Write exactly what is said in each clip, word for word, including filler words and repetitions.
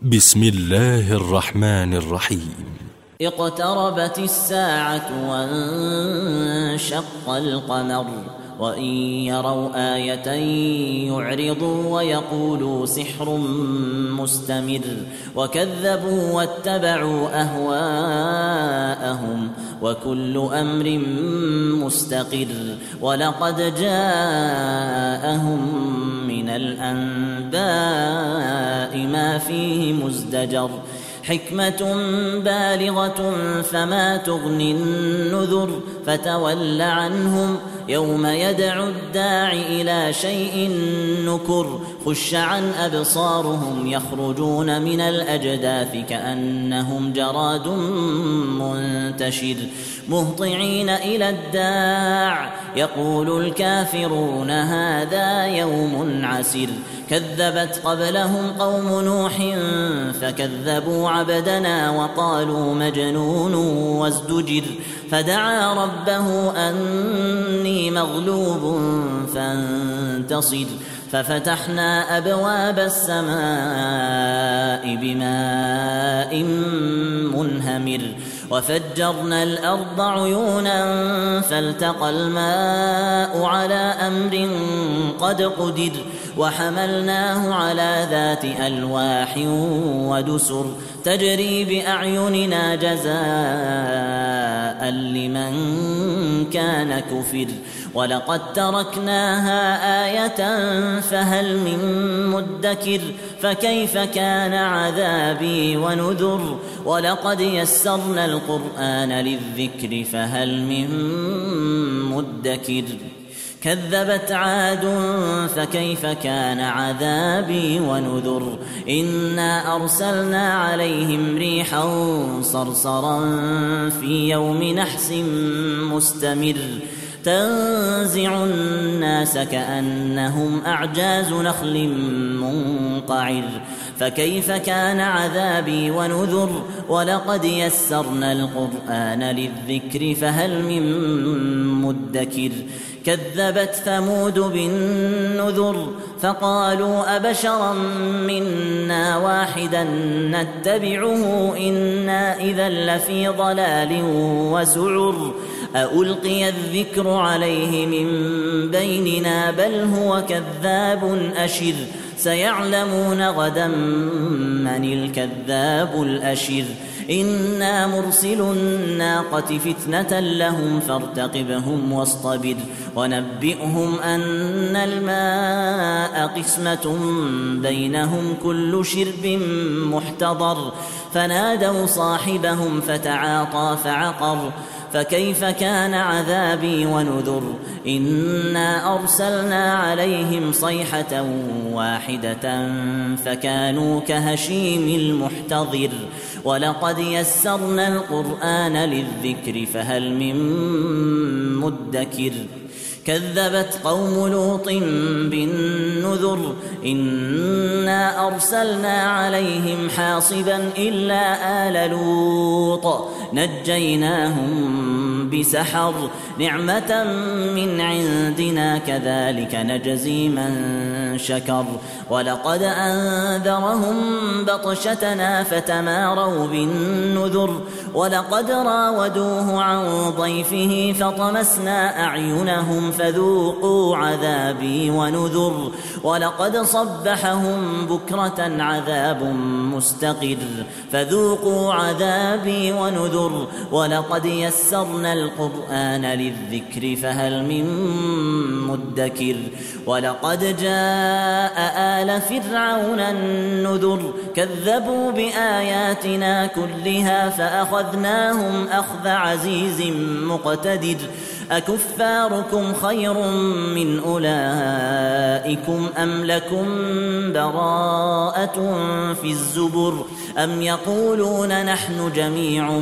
بسم الله الرحمن الرحيم. اقتربت الساعة وانشق القمر وإن يروا آية يعرضوا ويقولوا سحر مستمر وكذبوا واتبعوا أهواءهم وكل أمر مستقر ولقد جاءهم من الأنباء ما فيه مزدجر حكمة بالغة فما تغني النذر فتول عنهم يوم يدعو الداع إلى شيء نكر خش عن أبصارهم يخرجون من الأجداث كأنهم جراد منتشر مهطعين إلى الداع يقول الكافرون هذا يوم عسر كذبت قبلهم قوم نوح فكذبوا عبدنا وقالوا مجنون وازدجر فدعا ربه أني مغلوب فانتصر ففتحنا أبواب السماء بماء منهمر وفجرنا الأرض عيونا فالتقى الماء على أمر قد قدر وحملناه على ذات ألواح ودسر تجري بأعيننا جزاء لمن كان كفر ولقد تركناها آية فهل من مدكر فكيف كان عذابي ونذر ولقد يسرنا القرآن للذكر فهل من مدكر كذبت عاد فكيف كان عذابي ونذر إنا أرسلنا عليهم ريحا صرصرا في يوم نحس مستمر تنزع الناس كأنهم أعجاز نخل منقعر فكيف كان عذابي ونذر ولقد يسرنا القرآن للذكر فهل من مدكر كذبت ثمود بالنذر فقالوا أبشرا منا واحدا نتبعه إنا إذا لفي ضلال وسعر أألقي الذكر عليه من بيننا بل هو كذاب أشر سيعلمون غدا من الكذاب الأشر إنا مرسل الناقة فتنة لهم فارتقبهم واصطبر ونبئهم أن الماء قسمة بينهم كل شرب محتضر فنادوا صاحبهم فتعاطى فعقر فكيف كان عذابي ونذر إنا أرسلنا عليهم صيحة واحدة فكانوا كهشيم المحتضر ولقد يسرنا القرآن للذكر فهل من مدكر كذبت قوم لوط بالنذر إنا أرسلنا عليهم حاصبا إلا آل لوط نجيناهم بسحر نعمة من عندنا كذلك نجزي من شكر ولقد أنذرهم بطشتنا فتماروا بالنذر ولقد راودوه عن ضيفه فطمسنا أعينهم فذوقوا عذابي ونذر ولقد صبحهم بكرة عذاب مستقر فذوقوا عذابي ونذر ولقد يسرنا القرآن للذكر فهل من مدكر ولقد جاء آل فرعون النذر كذبوا بآياتنا كلها فأخذناهم أخذ عزيز مقتدر أكفاركم خير من أولئكم أم لكم براءة في الزبر أم يقولون نحن جميع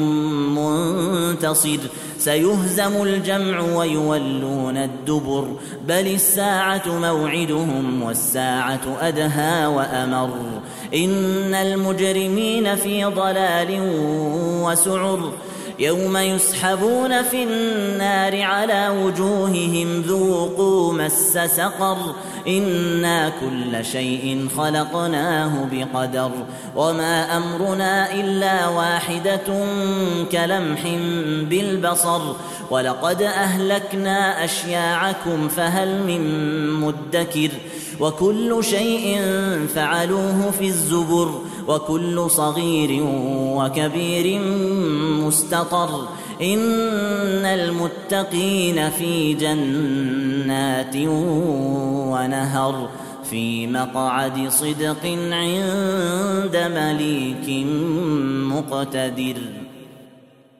منتصر سيهزم الجمع ويولون الدبر بل الساعة موعدهم والساعة أدهى وأمر إن المجرمين في ضلال وسعر يوم يسحبون في النار على وجوههم ذوقوا مس سقر إنا كل شيء خلقناه بقدر وما أمرنا إلا واحدة كلمح بالبصر ولقد أهلكنا أشياعكم فهل من مدكر وكل شيء فعلوه في الزبر وكل صغير وكبير مستطر إن المتقين في جنات ونهر في مقعد صدق عند مليك مقتدر.